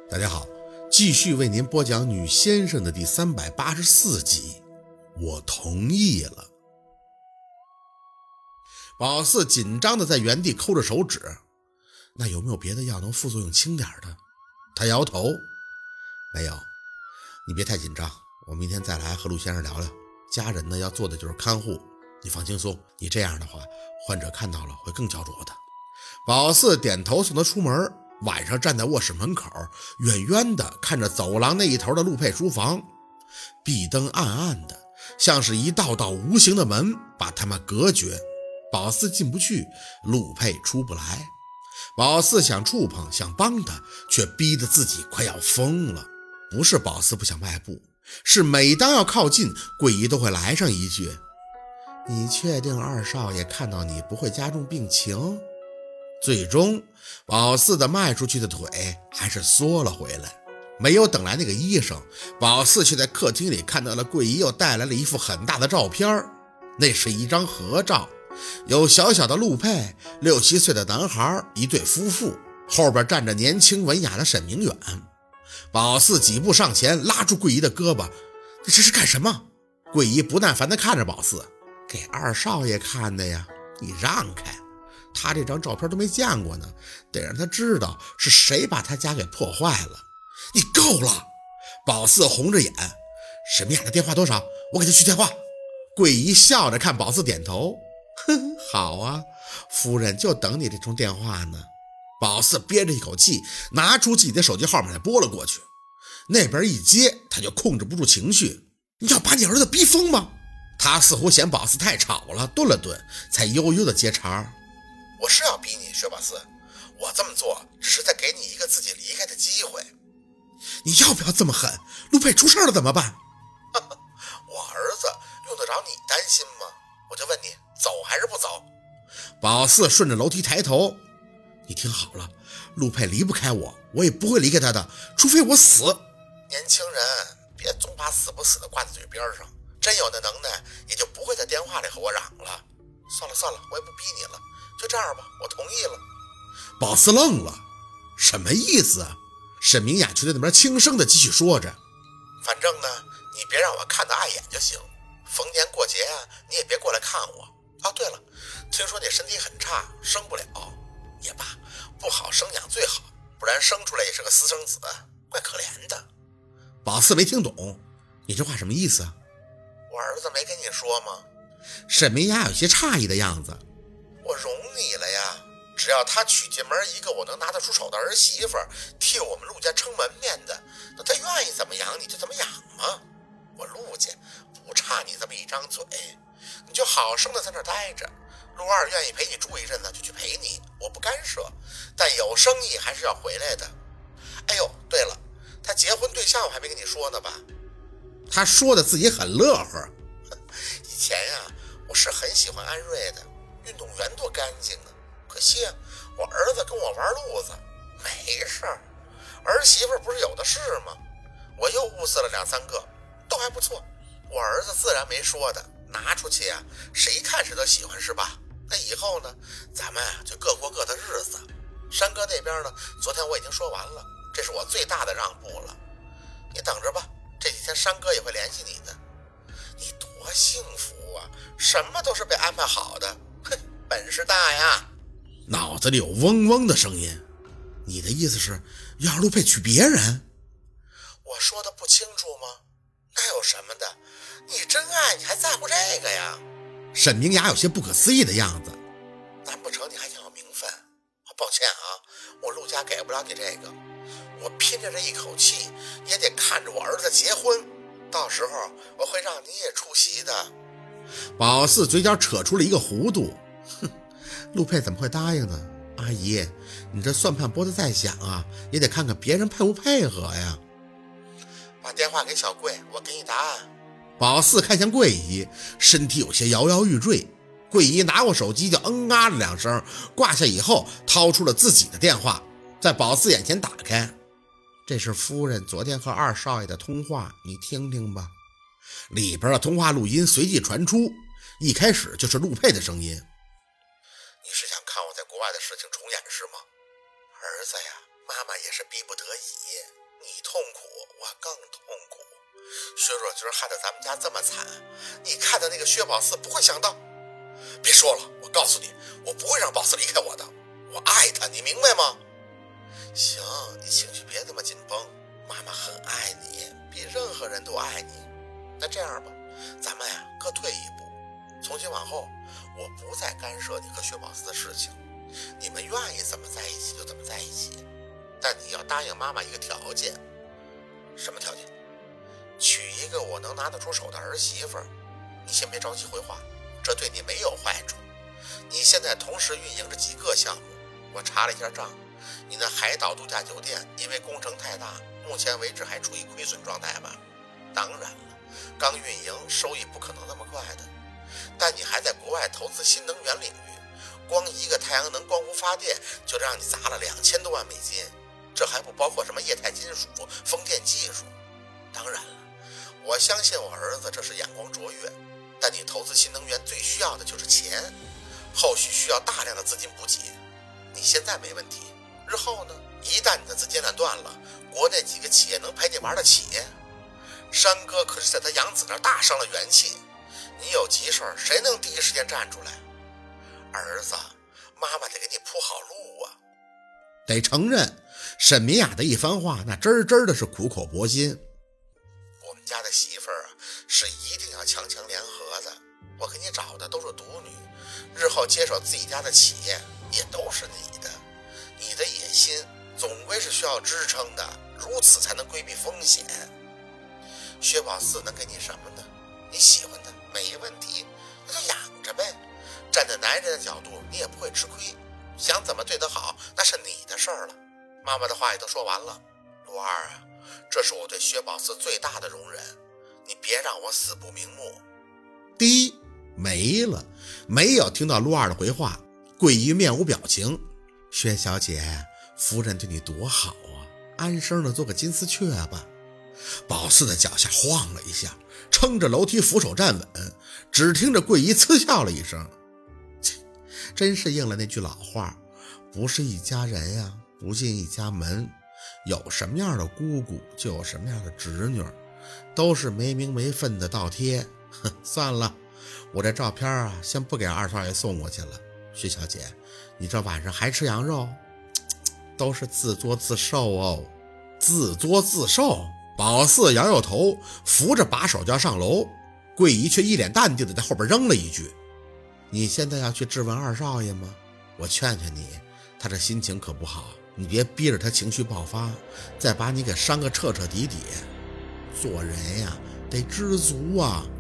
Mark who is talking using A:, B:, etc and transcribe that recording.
A: 大家好，继续为您播讲女先生的第384集。我同意了。宝四紧张的在原地抠着手指，那有没有别的药能副作用轻点的？他摇头，没有。你别太紧张，我明天再来和陆先生聊聊。家人呢要做的就是看护，你放轻松，你这样的话，患者看到了会更焦灼的。宝四点头送他出门。晚上站在卧室门口，远远的看着走廊那一头的陆佩书房，壁灯暗暗的，像是一道道无形的门把他们隔绝。宝四进不去，陆佩出不来。宝四想触碰，想帮他，却逼得自己快要疯了。不是宝四不想迈步，是每当要靠近，桂姨都会来上一句：你确定二少爷看到你不会加重病情？最终宝四的迈出去的腿还是缩了回来。没有等来那个医生，宝四却在客厅里看到了桂姨又带来了一幅很大的照片。那是一张合照，有小小的陆佩，6、7岁的男孩，一对夫妇，后边站着年轻文雅的沈明远。宝四几步上前拉住桂姨的胳膊，你这是干什么？桂姨不耐烦地看着宝四，给二少爷看的呀，你让开，他这张照片都没见过呢，得让他知道是谁把他家给破坏了。你够了！宝四红着眼，沈明雅的电话多少？我给他去电话。桂姨笑着看宝四点头，哼，好啊，夫人就等你这通电话呢。宝四憋着一口气，拿出自己的手机号码来拨了过去。那边一接，他就控制不住情绪，你要把你儿子逼疯吗？他似乎嫌宝四太吵了，顿了顿，才悠悠的接茬。我是要逼你，薛宝四，我这么做只是在给你一个自己离开的机会。你要不要这么狠？陆佩出事了怎么办？我儿子用得着你担心吗？我就问你，走还是不走？宝四顺着楼梯抬头，你听好了，陆佩离不开我，我也不会离开他的，除非我死。年轻人别总把死不死的挂在嘴边上，真有那能耐也就不会在电话里和我嚷了。算了，我也不逼你了，就这样吧，我同意了。宝四愣了，什么意思啊？沈明雅却在那边轻声的继续说着，反正呢，你别让我看得碍眼就行，逢年过节啊，你也别过来看我。哦，对了，听说你身体很差，生不了也罢，不好生养最好，不然生出来也是个私生子，怪可怜的。宝四没听懂，你这话什么意思啊？我儿子没跟你说吗？沈明雅有些诧异的样子。我容你了呀，只要他娶进门一个我能拿得出手的儿媳妇，替我们陆家撑门面的，那他愿意怎么养你就怎么养吗？我陆家不差你这么一张嘴，你就好生的在那儿待着，陆二愿意陪你住一阵子就去陪你，我不干涉，但有生意还是要回来的。哎呦，对了，他结婚对象我还没跟你说呢吧？他说的自己很乐呵。以前呀，我是很喜欢安瑞的，运动员多干净啊，可惜啊，我儿子跟我玩路子。没事儿，儿媳妇不是有的是吗？我又物色了2、3个，都还不错。我儿子自然没说的，拿出去啊，谁看谁都喜欢是吧？那以后呢，咱们就各过各的日子。山哥那边呢，昨天我已经说完了，这是我最大的让步了。你等着吧，这几天山哥也会联系你的。你多幸福啊，什么都是被安排好的，哼，本事大呀。脑子里有嗡嗡的声音。你的意思是要让陆佩娶别人？我说的不清楚吗？那有什么的，你真爱你还在乎这个呀？沈明雅有些不可思议的样子。难不成你还想要名分？抱歉啊，我陆家给不了你这个，我拼着这一口气也得看着我儿子结婚，到时候我会让你也出席的。宝四嘴角扯出了一个弧度，哼，陆佩怎么会答应呢？阿姨，你这算盘拨得再响啊，也得看看别人配不配合呀。把电话给小桂，我给你答案。宝四看向桂姨，身体有些摇摇欲坠。桂姨拿过手机就啊了2声，挂下以后掏出了自己的电话，在宝四眼前打开。这是夫人昨天和二少爷的通话，你听听吧。里边的通话录音随即传出，一开始就是陆佩的声音。你是想看我在国外的事情重演是吗？儿子呀， 妈妈也是逼不得已，你痛苦，我更痛苦。薛若军害得咱们家这么惨，你看的那个薛宝四不会想到。别说了，我告诉你，我不会让宝四离开我的，我爱他，你明白吗？行，你情绪别那么紧绷，妈妈很爱你，比任何人都爱你。那这样吧，咱们呀各退一步，从今往后我不再干涉你和薛宝四的事情，你们愿意怎么在一起就怎么在一起，但你要答应妈妈一个条件。什么条件？娶一个我能拿得出手的儿媳妇。你先别着急回话，这对你没有坏处。你现在同时运营着几个项目，我查了一下账，你那海岛度假酒店因为工程太大，目前为止还处于亏损状态吧。当然了，刚运营收益不可能那么快的，但你还在国外投资新能源领域，光一个太阳能光伏发电就让你砸了2000多万美金，这还不包括什么液态金属、风电技术。当然了，我相信我儿子这是眼光卓越，但你投资新能源最需要的就是钱，后续需要大量的资金补给。你现在没问题，日后呢，一旦你的资金链断了，国内几个企业能陪你玩得起？山哥可是在他养子那儿大伤了元气，你有急事谁能第一时间站出来？儿子，妈妈得给你铺好路啊。得承认，沈明雅的一番话那真的是苦口婆心。我们家的媳妇儿啊，是一定要强强联合的，我给你找的都是独女，日后接手自己家的企业也都是你的，你的野心总归是需要支撑的，如此才能规避风险。薛宝四能给你什么呢？你喜欢他没问题，那就养着呗。站在男人的角度，你也不会吃亏，想怎么对他好那是你的事儿了。妈妈的话也都说完了，陆二啊，这是我对薛宝四最大的容忍，你别让我死不瞑目。第一，没了，没有听到陆二的回话，桂姨面无表情。薛小姐，夫人对你多好啊，安生的做个金丝雀吧。宝四的脚下晃了一下，撑着楼梯扶手站稳，只听着桂姨嗤笑了一声。真是应了那句老话，不是一家人呀，不进一家门。有什么样的姑姑就有什么样的侄女，都是没名没分的倒贴。算了，我这照片啊，先不给二少爷送过去了。薛小姐，你这晚上还吃羊肉？都是自作自受哦。自作自受？宝四摇摇头，扶着把手就要上楼，桂姨却一脸淡定的在后边扔了一句：你现在要去质问二少爷吗？我劝劝你，他这心情可不好，你别逼着他情绪爆发，再把你给伤个彻彻底底。做人呀，得知足啊。